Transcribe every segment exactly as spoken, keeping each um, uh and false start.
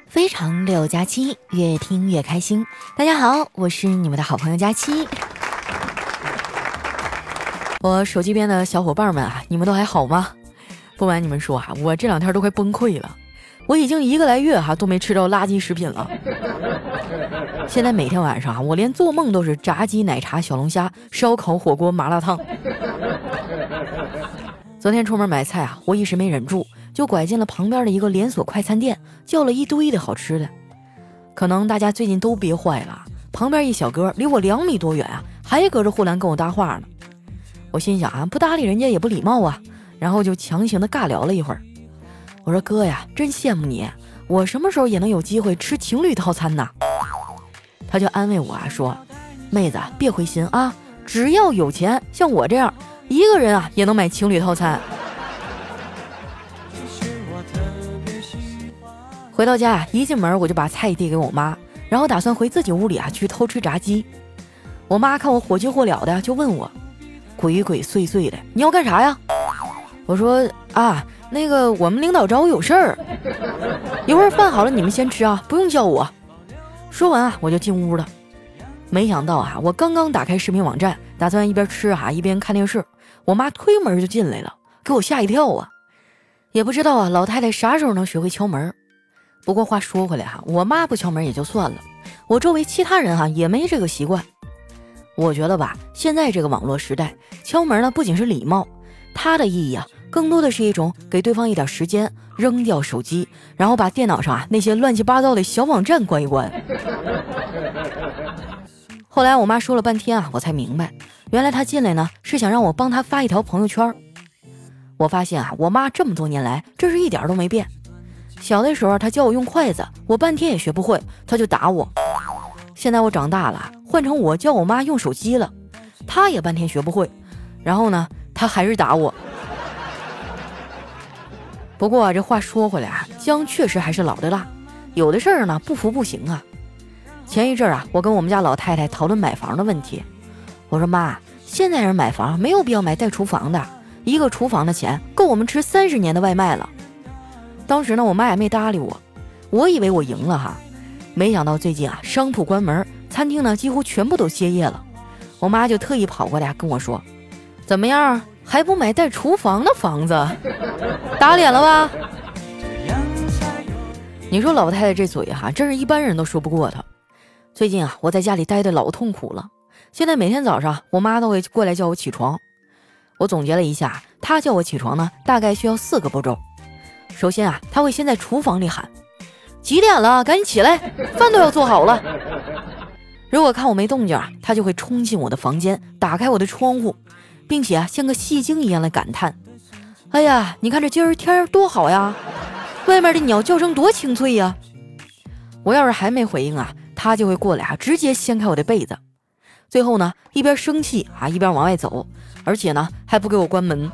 非常六加七，越听越开心。大家好，我是你们的好朋友佳期。我手机边的小伙伴们啊，你们都还好吗？不瞒你们说啊，我这两天都快崩溃了。我已经一个来月哈、啊、都没吃着垃圾食品了。现在每天晚上啊，我连做梦都是炸鸡、奶茶、小龙虾、烧烤、火锅、麻辣烫。昨天出门买菜啊，我一时没忍住，就拐进了旁边的一个连锁快餐店，叫了一堆的好吃的。可能大家最近都憋坏了，旁边一小哥离我两米多远啊，还隔着护栏跟我搭话呢。我心想啊，不搭理人家也不礼貌啊，然后就强行的尬聊了一会儿。我说哥呀，真羡慕你，我什么时候也能有机会吃情侣套餐呢？他就安慰我啊，说妹子别灰心啊，只要有钱，像我这样一个人啊也能买情侣套餐。回到家啊，一进门我就把菜递给我妈，然后打算回自己屋里啊去偷吃炸鸡。我妈看我火急火燎的，就问我鬼鬼祟祟的，你要干啥呀？我说啊，那个我们领导找我有事儿，一会儿饭好了你们先吃啊，不用叫我。说完啊，我就进屋了。没想到啊，我刚刚打开视频网站，打算一边吃啊一边看电视，我妈推门就进来了，给我吓一跳啊！也不知道啊，老太太啥时候能学会敲门。不过话说回来哈、啊，我妈不敲门也就算了，我周围其他人哈、啊、也没这个习惯。我觉得吧，现在这个网络时代，敲门呢不仅是礼貌，它的意义啊，更多的是一种给对方一点时间，扔掉手机，然后把电脑上啊那些乱七八糟的小网站关一关。后来我妈说了半天啊，我才明白，原来她进来呢是想让我帮她发一条朋友圈。我发现啊，我妈这么多年来真是一点都没变。小的时候她教我用筷子，我半天也学不会，她就打我。现在我长大了，换成我教我妈用手机了，她也半天学不会，然后呢她还是打我。不过、啊、这话说回来啊，姜确实还是老的辣，有的事儿呢不服不行啊。前一阵啊，我跟我们家老太太讨论买房的问题，我说妈，现在人买房没有必要买带厨房的，一个厨房的钱够我们吃三十年的外卖了。当时呢，我妈也没搭理我，我以为我赢了哈，没想到最近啊，商铺关门，餐厅呢几乎全部都歇业了。我妈就特意跑过来跟我说，怎么样，还不买带厨房的房子？打脸了吧？你说老太太这嘴哈、啊，真是一般人都说不过她。最近啊，我在家里待得老痛苦了。现在每天早上，我妈都会过来叫我起床。我总结了一下，她叫我起床呢，大概需要四个步骤。首先啊，她会先在厨房里喊：“几点了？赶紧起来，饭都要做好了。”如果看我没动静啊，她就会冲进我的房间，打开我的窗户，并且啊，像个戏精一样的感叹：“哎呀，你看这今儿天多好呀，外面的鸟叫声多清脆呀！”我要是还没回应啊，他就会过来啊，直接掀开我的被子，最后呢，一边生气啊，一边往外走，而且呢，还不给我关门。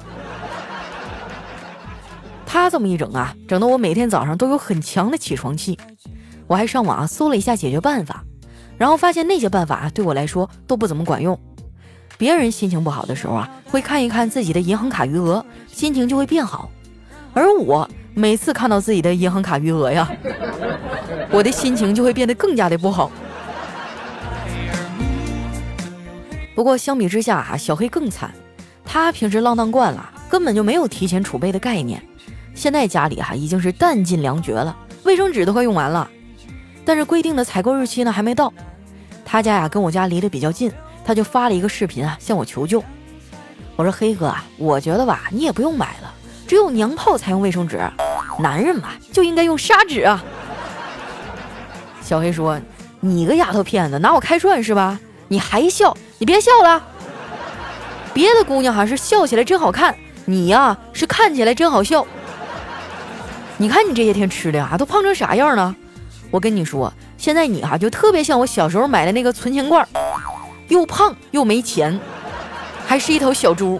他这么一整啊，整得我每天早上都有很强的起床气。我还上网啊搜了一下解决办法，然后发现那些办法啊，对我来说都不怎么管用。别人心情不好的时候啊，会看一看自己的银行卡余额，心情就会变好，而我每次看到自己的银行卡余额呀，我的心情就会变得更加的不好。不过相比之下啊，小黑更惨，他平时浪荡惯了，根本就没有提前储备的概念。现在家里啊已经是弹尽粮绝了，卫生纸都快用完了，但是规定的采购日期呢还没到。他家呀跟我家离得比较近，他就发了一个视频啊向我求救。我说黑哥啊，我觉得吧你也不用买了，只有娘炮才用卫生纸，男人嘛就应该用砂纸啊。小黑说，你个丫头片子拿我开涮是吧？你还笑，你别笑了。别的姑娘还是笑起来真好看，你呀是看起来真好笑。你看你这些天吃的啊都胖成啥样了。我跟你说，现在你啊就特别像我小时候买的那个存钱罐，又胖又没钱，还是一头小猪。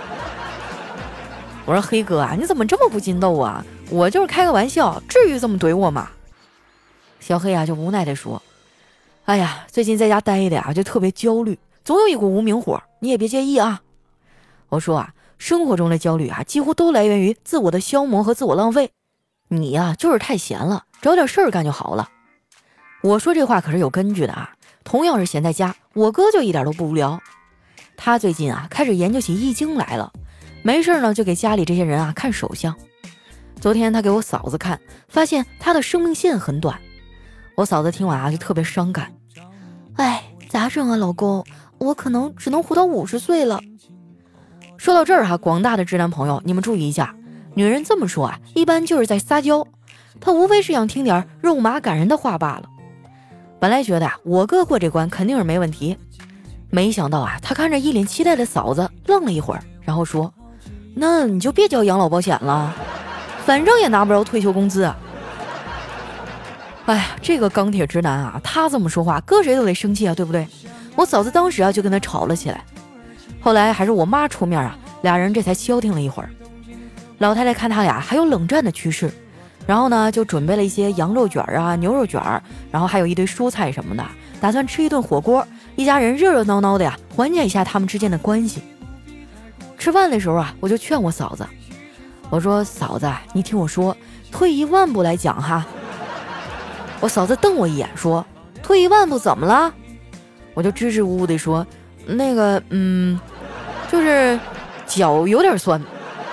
我说黑哥啊，你怎么这么不筋斗啊？我就是开个玩笑，至于这么怼我吗？小黑啊就无奈地说，哎呀，最近在家待的啊就特别焦虑，总有一股无名火，你也别介意啊。我说啊，生活中的焦虑啊几乎都来源于自我的消磨和自我浪费。 你呀、就是太闲了，找点事儿干就好了。我说这话可是有根据的啊。同样是闲在家，我哥就一点都不无聊。他最近啊开始研究起易经来了，没事呢就给家里这些人啊看手相。昨天他给我嫂子看，发现她的生命线很短。我嫂子听完啊就特别伤感，哎，咋整啊老公，我可能只能活到五十岁了。说到这儿哈、啊，广大的直男朋友，你们注意一下，女人这么说啊，一般就是在撒娇，她无非是想听点肉麻感人的话罢了。本来觉得啊，我哥过这关肯定是没问题，没想到啊，他看着一脸期待的嫂子，愣了一会儿，然后说：“那你就别交养老保险了，反正也拿不着退休工资啊。”哎呀，这个钢铁直男啊，他这么说话，搁谁都得生气啊，对不对？我嫂子当时啊就跟他吵了起来，后来还是我妈出面啊，俩人这才消停了一会儿。老太太看他俩还有冷战的趋势，然后呢，就准备了一些羊肉卷啊、牛肉卷，然后还有一堆蔬菜什么的，打算吃一顿火锅，一家人热热闹闹的呀，缓解一下他们之间的关系。吃饭的时候啊，我就劝我嫂子，我说嫂子，你听我说，退一万步来讲哈。我嫂子瞪我一眼说，退一万步怎么了？我就支支吾吾地说，那个，嗯，就是脚有点酸。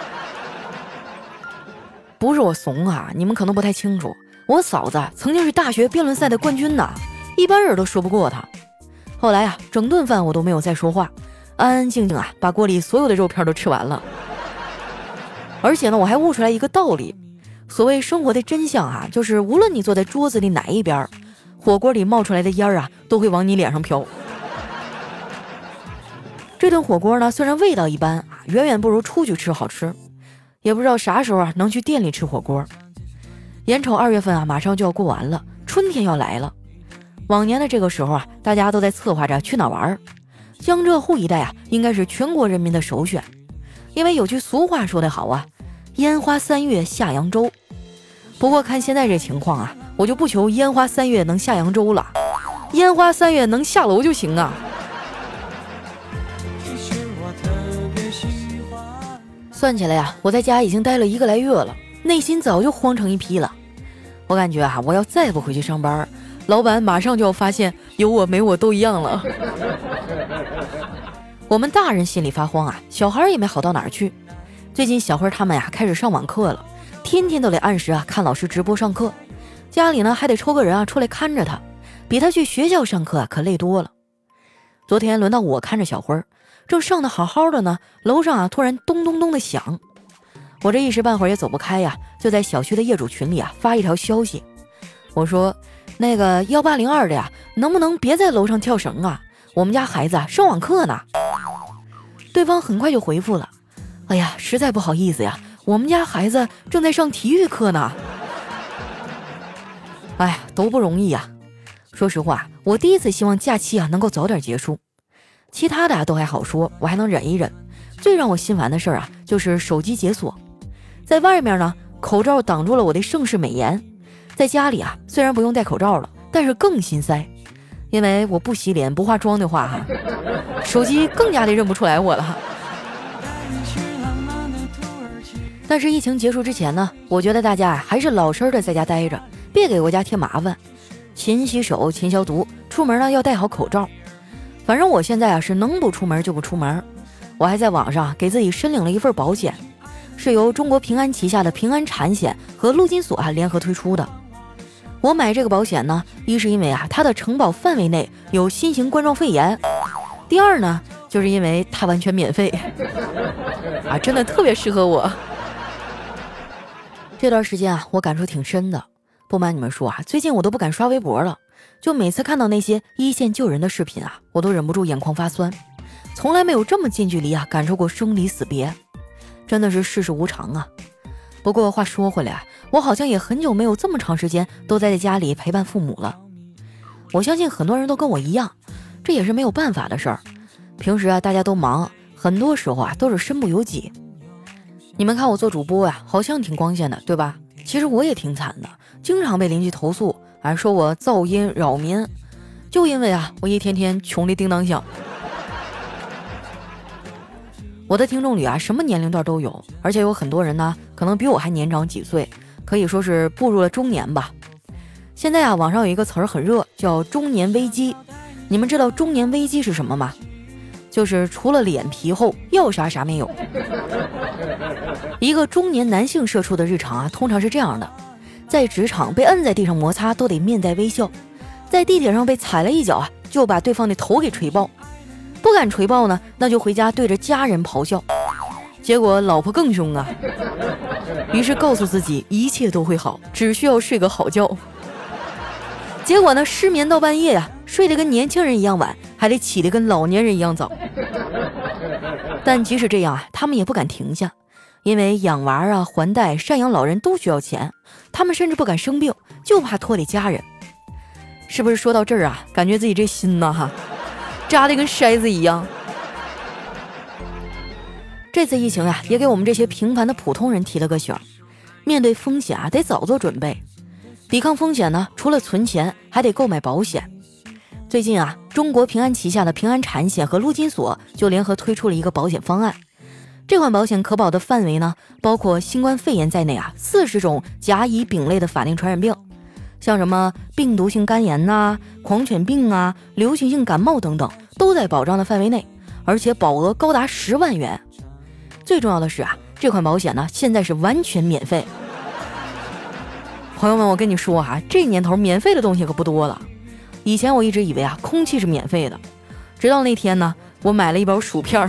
不是我怂啊，你们可能不太清楚，我嫂子曾经是大学辩论赛的冠军呐，一般人都说不过她。后来啊，整顿饭我都没有再说话，安安静静啊，把锅里所有的肉片都吃完了。而且呢，我还悟出来一个道理，所谓生活的真相啊，就是无论你坐在桌子里哪一边，火锅里冒出来的烟啊，都会往你脸上飘。这顿火锅呢，虽然味道一般，远远不如出去吃好吃。也不知道啥时候啊能去店里吃火锅。眼瞅二月份啊马上就要过完了，春天要来了。往年的这个时候啊，大家都在策划着去哪玩。江浙沪一带啊，应该是全国人民的首选，因为有句俗话说得好啊，烟花三月下扬州。不过看现在这情况啊，我就不求烟花三月能下扬州了，烟花三月能下楼就行啊。算起来呀、啊，我在家已经待了一个来月了，内心早就慌成一批了。我感觉啊，我要再不回去上班，老板马上就要发现有我没我都一样了。我们大人心里发慌啊，小孩也没好到哪儿去。最近小辉他们呀、啊、开始上网课了，天天都得按时啊看老师直播上课，家里呢还得抽个人啊出来看着他，比他去学校上课啊可累多了。昨天轮到我看着小辉，正上的好好的呢，楼上啊突然咚咚咚的响，我这一时半会儿也走不开呀，就在小区的业主群里啊发一条消息，我说那个一八零二的呀，能不能别在楼上跳绳啊？我们家孩子啊上网课呢。对方很快就回复了，哎呀，实在不好意思呀，我们家孩子正在上体育课呢。哎呀，都不容易呀。说实话，我第一次希望假期啊能够早点结束。其他的、啊、都还好说，我还能忍一忍。最让我心烦的事儿啊，就是手机解锁。在外面呢，口罩挡住了我的盛世美颜；在家里啊，虽然不用戴口罩了，但是更心塞，因为我不洗脸、不化妆的话，哈，手机更加的认不出来我了。但是疫情结束之前呢，我觉得大家还是老实的在家待着，别给国家添麻烦，勤洗手、勤消毒，出门呢要戴好口罩。反正我现在啊是能不出门就不出门。我还在网上给自己申领了一份保险，是由中国平安旗下的平安产险和陆金所啊联合推出的。我买这个保险呢，一是因为啊它的承保范围内有新型冠状肺炎，第二呢就是因为它完全免费啊，真的特别适合我。这段时间啊我感触挺深的，不瞒你们说啊，最近我都不敢刷微博了，就每次看到那些一线救人的视频啊，我都忍不住眼眶发酸。从来没有这么近距离啊感受过生离死别，真的是世事无常啊。不过话说回来，我好像也很久没有这么长时间都在家里陪伴父母了。我相信很多人都跟我一样，这也是没有办法的事儿。平时啊大家都忙，很多时候啊都是身不由己。你们看我做主播呀、啊，好像挺光鲜的，对吧？其实我也挺惨的，经常被邻居投诉，还说我噪音扰民，就因为啊我一天天穷的叮当响。我的听众里啊，什么年龄段都有，而且有很多人呢，可能比我还年长几岁， 可以说是步入了中年吧。现在啊，网上有一个词儿很热，叫中年危机。你们知道中年危机是什么吗？就是除了脸皮厚，要啥啥没有。一个中年男性社畜的日常啊，通常是这样的：在职场被摁在地上摩擦，都得面带微笑；在地铁上被踩了一脚啊，就把对方的头给锤爆；不敢锤爆呢，那就回家对着家人咆哮。结果老婆更凶啊，于是告诉自己一切都会好，只需要睡个好觉。结果呢，失眠到半夜呀、啊，睡得跟年轻人一样晚，还得起得跟老年人一样早。但即使这样啊，他们也不敢停下，因为养娃啊、还贷、赡养老人都需要钱，他们甚至不敢生病，就怕拖累家人。是不是说到这儿啊，感觉自己这心呐哈，扎得跟筛子一样？这次疫情啊，也给我们这些平凡的普通人提了个醒，面对风险啊，得早做准备。抵抗风险呢，除了存钱，还得购买保险。最近啊，中国平安旗下的平安产险和陆金所就联合推出了一个保险方案。这款保险可保的范围呢，包括新冠肺炎在内啊，四十种甲乙丙类的法定传染病，像什么病毒性肝炎呐、啊、狂犬病啊、流行性感冒等等，都在保障的范围内，而且保额高达十万元。最重要的是啊，这款保险呢，现在是完全免费。朋友们，我跟你说啊，这年头免费的东西可不多了。以前我一直以为啊，空气是免费的，直到那天呢，我买了一包薯片儿。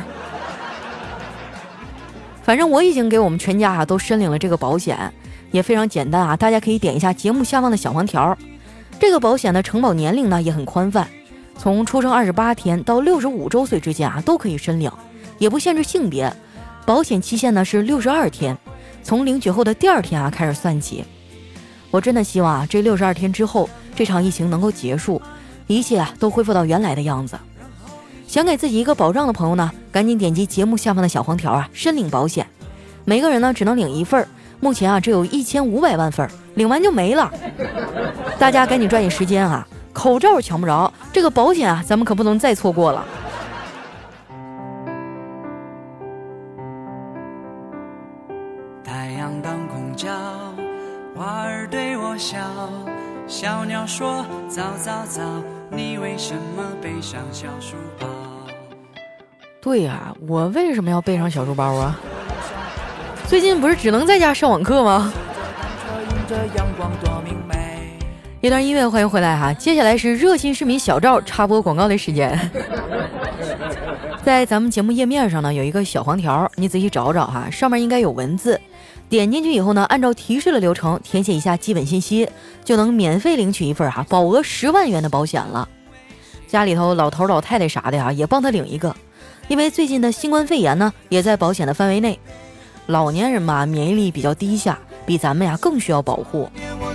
反正我已经给我们全家啊都申领了这个保险，也非常简单啊，大家可以点一下节目下方的小黄条。这个保险的承保年龄呢也很宽泛，从出生二十八天到六十五周岁之间啊都可以申领，也不限制性别。保险期限呢是六十二天，从领取后的第二天啊开始算起。我真的希望啊，这六十二天之后，这场疫情能够结束，一切啊都恢复到原来的样子。想给自己一个保障的朋友呢，赶紧点击节目下方的小黄条啊，申领保险。每个人呢只能领一份，目前啊只有一千五百万份，领完就没了。大家赶紧抓紧时间啊，口罩抢不着，这个保险啊咱们可不能再错过了。 太阳当空照，花儿对我笑，小鸟说早早早，你为什么背上小书包？ 对呀、啊，我为什么要背上小书包啊？最近不是只能在家上网课吗？一段音乐，欢迎回来哈！接下来是热心市民小赵插播广告的时间。在咱们节目页面上呢，有一个小黄条，你仔细找找哈，上面应该有文字。点进去以后呢，按照提示的流程填写一下基本信息，就能免费领取一份哈保额十万元的保险了。家里头老头老太太啥的呀，也帮他领一个，因为最近的新冠肺炎呢也在保险的范围内。老年人嘛，免疫力比较低下，比咱们呀更需要保护。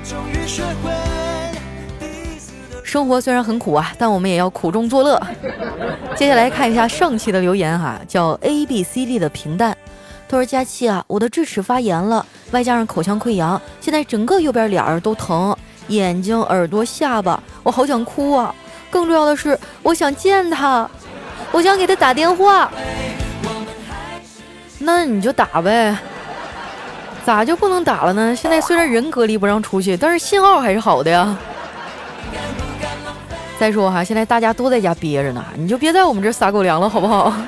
生活虽然很苦啊，但我们也要苦中作乐。接下来看一下上期的留言哈，叫 A B C D 的平淡。他说：佳期啊，我的智齿发炎了，外加上口腔溃疡，现在整个右边脸儿都疼，眼睛、耳朵、下巴，我好想哭啊！更重要的是，我想见他，我想给他打电话。那你就打呗，咋就不能打了呢？现在虽然人隔离不让出去，但是信号还是好的呀。再说哈，现在大家都在家憋着呢，你就别在我们这撒狗粮了，好不好？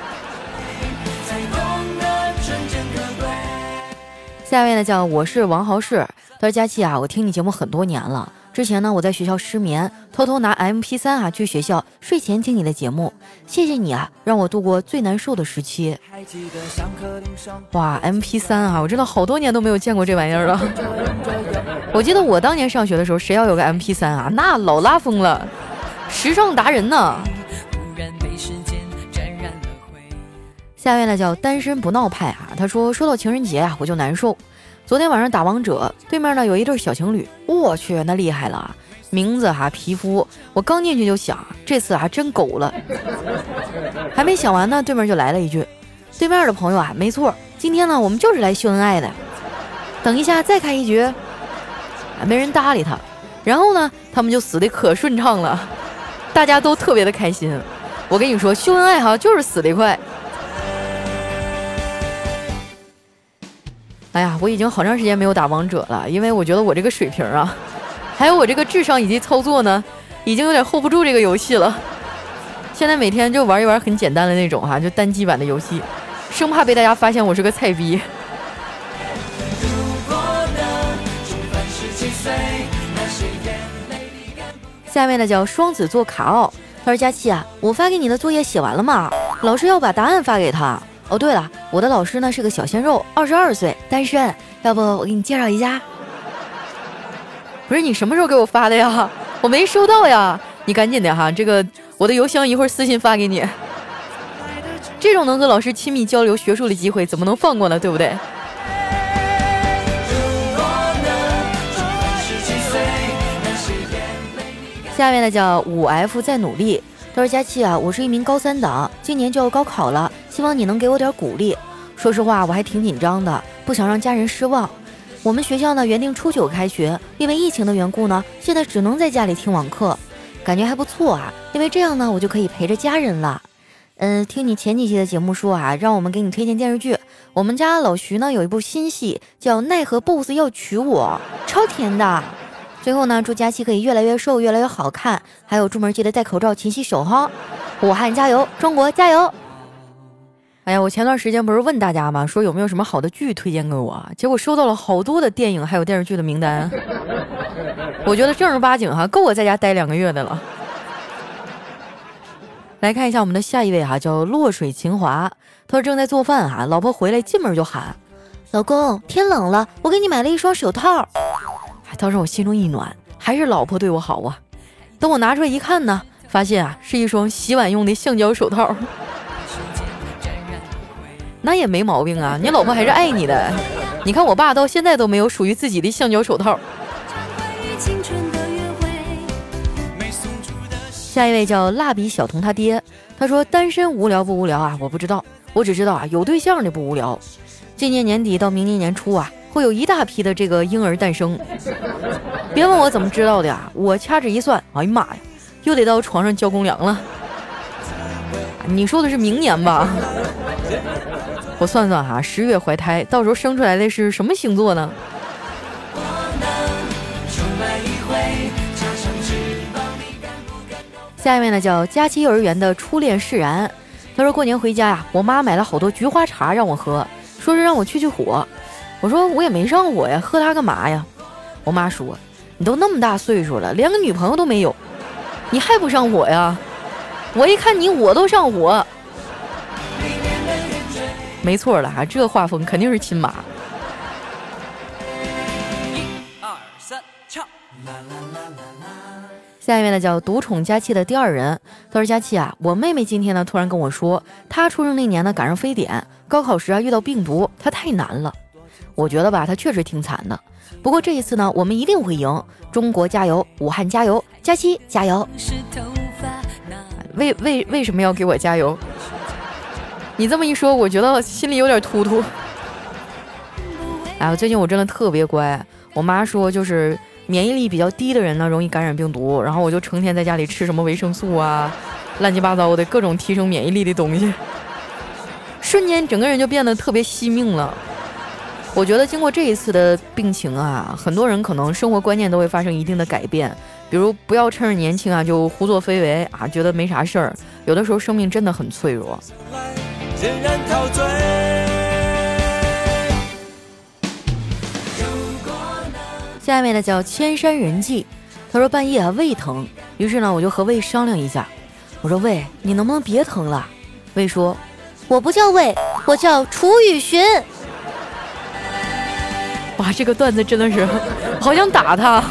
下面呢叫我是王豪士，他说佳期啊，我听你节目很多年了。之前呢，我在学校失眠，偷偷拿 M P 三 啊去学校睡前听你的节目，谢谢你啊，让我度过最难受的时期。哇 ，M P 三 啊，我真的好多年都没有见过这玩意儿了。我记得我当年上学的时候，谁要有个 M P 三 啊，那老拉风了，时尚达人呢。下面呢叫单身不闹派啊，他说说到情人节啊，我就难受。昨天晚上打王者，对面呢有一对小情侣，我去那厉害了，名字哈皮肤，我刚进去就想这次还真狗了。还没想完呢，对面就来了一句，对面的朋友啊，没错，今天呢我们就是来秀恩爱的，等一下再开一局。没人搭理他，然后呢他们就死得可顺畅了，大家都特别的开心。我跟你说，秀恩爱哈就是死得快。 哎呀，我已经好长时间没有打王者了，因为我觉得我这个水平啊，还有我这个智商以及操作呢，已经有点 hold 不住这个游戏了。现在每天就玩一玩很简单的那种哈、啊，就单机版的游戏，生怕被大家发现我是个菜逼。下面呢叫双子座卡奥，他说佳琪啊，我发给你的作业写完了吗？老师要把答案发给他。哦，对了，我的老师呢是个小鲜肉，二十二岁，单身，要不我给你介绍一下？不是你什么时候给我发的呀？我没收到呀，你赶紧的哈，这个我的邮箱一会儿私信发给你。这种能和老师亲密交流学术的机会，怎么能放过呢？对不对？下面呢叫五 F 在努力，他说佳琪啊，我是一名高三党，今年就要高考了，希望你能给我点鼓励。说实话，我还挺紧张的，不想让家人失望。我们学校呢原定初九开学，因为疫情的缘故呢，现在只能在家里听网课，感觉还不错啊，因为这样呢我就可以陪着家人了。嗯、呃，听你前几期的节目说啊，让我们给你推荐电视剧。我们家老徐呢有一部新戏叫《奈何 boss 要娶我》，超甜的。最后呢，祝佳期可以越来越瘦，越来越好看。还有出门记得戴口罩，勤洗手哈。武汉加油，中国加油！哎呀，我前段时间不是问大家吗？说有没有什么好的剧推荐给我？结果收到了好多的电影还有电视剧的名单。我觉得正儿八经哈，够我在家待两个月的了。来看一下我们的下一位哈，叫落水情华。他说正在做饭哈，老婆回来进门就喊：“老公，天冷了，我给你买了一双手套。”当时我心中一暖，还是老婆对我好啊。等我拿出来一看呢，发现啊是一双洗碗用的橡胶手套。那也没毛病啊，你老婆还是爱你的。你看我爸到现在都没有属于自己的橡胶手套。下一位叫蜡笔小童他爹，他说单身无聊不无聊啊？我不知道，我只知道啊有对象的不无聊。今年年底到明年年初啊，会有一大批的这个婴儿诞生。别问我怎么知道的呀，我掐指一算，哎呀妈呀，又得到床上交公粮了。你说的是明年吧？我算算哈，十月怀胎，到时候生出来的是什么星座呢？下面呢叫佳期幼儿园的初恋释然，他说过年回家呀，我妈买了好多菊花茶让我喝，说是让我去去火。我说我也没上火呀，喝它干嘛呀？我妈说你都那么大岁数了，连个女朋友都没有，你还不上火呀？我一看你我都上火。没错了哈，这画风肯定是亲妈。 一二三，唱！啦啦啦啦啦。 下一位呢叫独宠佳期的第二人，他说佳期啊，我妹妹今天呢突然跟我说，她出生那年呢赶上非典，高考时啊遇到病毒，她太难了。我觉得吧，她确实挺惨的。不过这一次呢，我们一定会赢！中国加油，武汉加油，佳期加油！为为为什么要给我加油？你这么一说，我觉得心里有点突突。哎，我最近我真的特别乖，我妈说就是免疫力比较低的人呢容易感染病毒，然后我就成天在家里吃什么维生素啊，乱七八糟的各种提升免疫力的东西，瞬间整个人就变得特别惜命了。我觉得经过这一次的病情啊，很多人可能生活观念都会发生一定的改变，比如不要趁着年轻啊就胡作非为啊，觉得没啥事儿。有的时候生命真的很脆弱。下面呢叫千山人迹，他说半夜啊胃疼，于是呢我就和胃商量一下，我说胃你能不能别疼了？胃说我不叫胃，我叫楚雨荨。哇，这个段子真的是好想打他。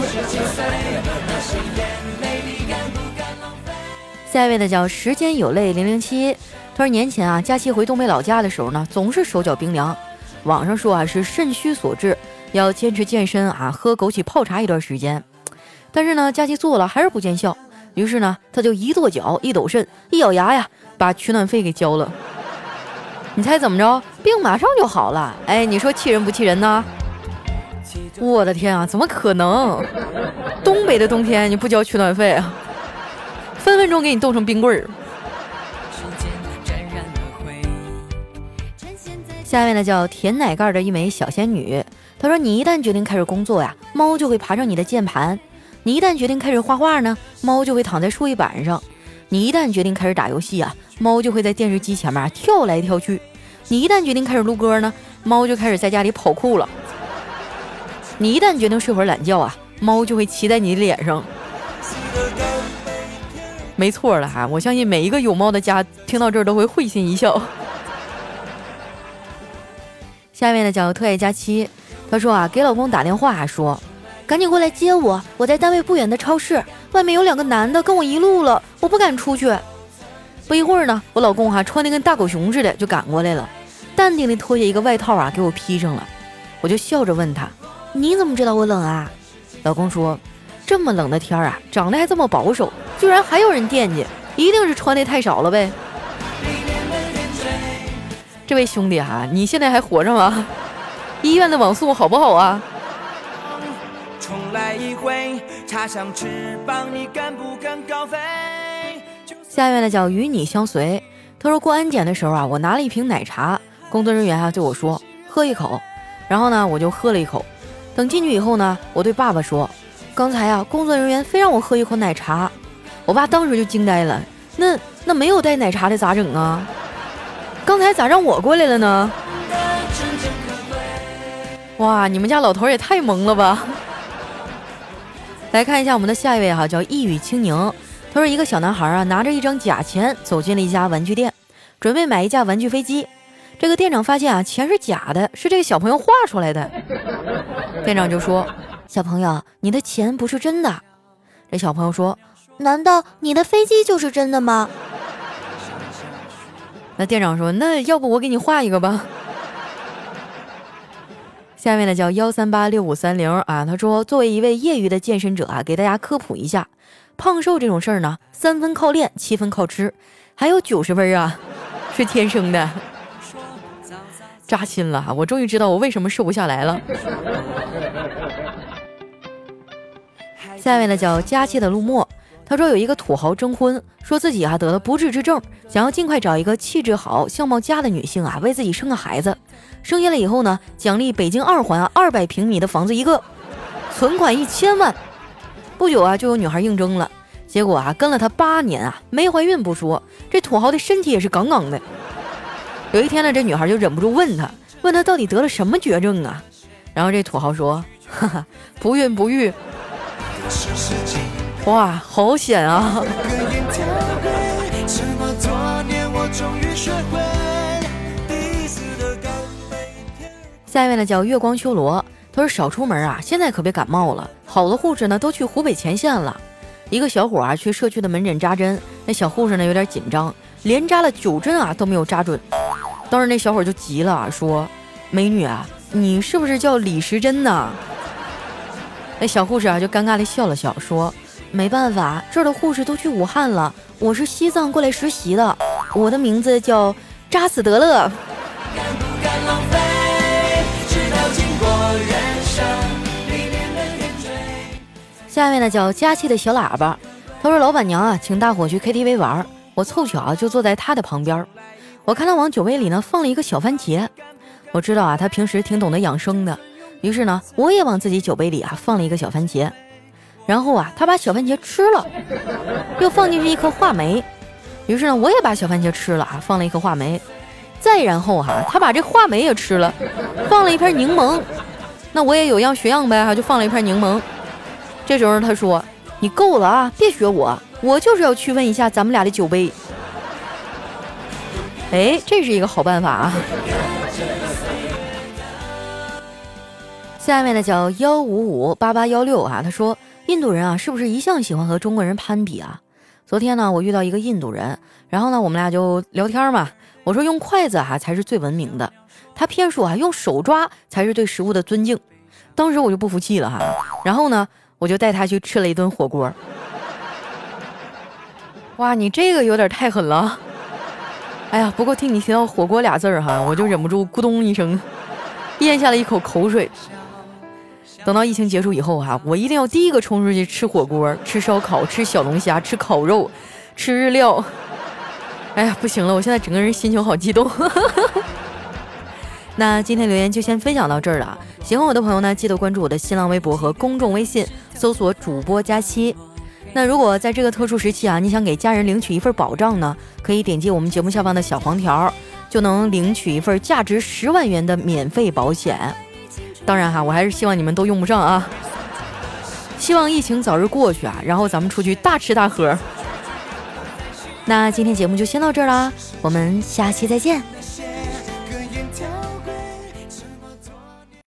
下一位呢叫时间有泪零零七，他说年前啊佳期回东北老家的时候呢，总是手脚冰凉，网上说啊是肾虚所致，要坚持健身啊，喝枸杞泡茶一段时间。但是呢佳期做了还是不见效，于是呢他就一跺脚一抖肾一咬牙呀，把取暖费给交了。你猜怎么着？病马上就好了。哎，你说气人不气人呢？我的天啊，怎么可能？东北的冬天你不交取暖费啊，分分钟给你冻成冰棍儿。 下面呢叫甜奶盖的一枚小仙女，她说你一旦决定开始工作呀，猫就会爬上你的键盘；你一旦决定开始画画呢，猫就会躺在数位板上；你一旦决定开始打游戏啊，猫就会在电视机前面跳来跳去；你一旦决定开始录歌呢，猫就开始在家里跑酷了；你一旦决定睡会儿懒觉啊，猫就会骑在你的脸上。没错了哈，我相信每一个有猫的家听到这儿都会会心一笑。下面呢叫特爱佳期，他说啊，给老公打电话说，赶紧过来接我，我在单位不远的超市，外面有两个男的跟我一路了，我不敢出去。不一会儿呢，我老公哈、啊、穿得跟大狗熊似的就赶过来了，淡定的脱下一个外套啊给我披上了。我就笑着问他，你怎么知道我冷啊？老公说，这么冷的天啊，长得还这么保守，居然还有人惦记，一定是穿的太少了呗。这位兄弟哈、啊，你现在还活着吗？医院的网速好不好啊？重来一回，插上翅膀，你敢不敢高飞？下面呢叫与你相随，他说过安检的时候啊，我拿了一瓶奶茶，工作人员啊对我说喝一口，然后呢我就喝了一口。等进去以后呢，我对爸爸说，刚才啊工作人员非让我喝一口奶茶。我爸当时就惊呆了，那那没有带奶茶的咋整啊？刚才咋让我过来了呢？哇，你们家老头也太萌了吧！来看一下我们的下一位哈、啊，叫一语轻盈。他说一个小男孩啊，拿着一张假钱走进了一家玩具店，准备买一架玩具飞机。这个店长发现啊，钱是假的，是这个小朋友画出来的。店长就说：“小朋友，你的钱不是真的。”这小朋友说：“难道你的飞机就是真的吗？”那店长说：“那要不我给你画一个吧。”下面呢叫幺三八六五三零啊，他说作为一位业余的健身者啊，给大家科普一下，胖瘦这种事儿呢，三分靠练，七分靠吃，还有九十分啊是天生的。扎心了，我终于知道我为什么瘦不下来了。下面呢叫佳期的陆墨，他说有一个土豪征婚，说自己啊得了不治之症，想要尽快找一个气质好、相貌佳的女性啊，为自己生个孩子。生下来以后呢，奖励北京二环啊二百平米的房子一个，存款一千万。不久啊，就有女孩应征了，结果啊跟了他八年啊，没怀孕不说，这土豪的身体也是杠杠的。有一天呢，这女孩就忍不住问他，问他到底得了什么绝症啊？然后这土豪说：“哈哈，不孕不育。”哇，好险啊！下面呢叫月光修罗，他说少出门啊，现在可别感冒了。好的护士呢都去湖北前线了。一个小伙啊去社区的门诊扎针，那小护士呢有点紧张，连扎了九针啊都没有扎准。当时那小伙就急了，说：“美女啊，你是不是叫李时珍呢？”那小护士啊就尴尬地笑了笑，说：“没办法，这儿的护士都去武汉了，我是西藏过来实习的，我的名字叫扎斯德勒。”下面呢叫佳期的小喇叭，他说老板娘啊请大伙去 K T V 玩，我凑巧啊就坐在他的旁边。我看他往酒杯里呢放了一个小番茄，我知道啊他平时挺懂得养生的，于是呢我也往自己酒杯里啊放了一个小番茄，然后啊他把小番茄吃了，又放进去一颗话梅，于是呢我也把小番茄吃了啊，放了一颗话梅，再然后哈、啊、他把这话梅也吃了，放了一片柠檬，那我也有样学样呗哈，就放了一片柠檬。这时候他说：“你够了啊，别学我，我就是要去问一下咱们俩的酒杯。”哎，这是一个好办法啊。下面呢叫幺五五八八幺六啊，他说印度人啊是不是一向喜欢和中国人攀比啊？昨天呢我遇到一个印度人，然后呢我们俩就聊天嘛，我说用筷子啊才是最文明的，他偏说啊用手抓才是对食物的尊敬。当时我就不服气了哈，然后呢我就带他去吃了一顿火锅。哇，你这个有点太狠了。哎呀，不过听你提到火锅俩字儿哈，我就忍不住咕咚一声咽下了一口口水。等到疫情结束以后哈，我一定要第一个冲出去吃火锅、吃烧烤、吃小龙虾、吃烤肉、吃日料。哎呀，不行了，我现在整个人心情好激动。 那今天留言就先分享到这儿了，喜欢我的朋友呢，记得关注我的新浪微博和公众微信，搜索主播佳期。那如果在这个特殊时期啊，你想给家人领取一份保障呢，可以点击我们节目下方的小黄条，就能领取一份价值十万元的免费保险。当然哈，我还是希望你们都用不上啊，希望疫情早日过去啊，然后咱们出去大吃大喝。那今天节目就先到这儿啦，我们下期再见。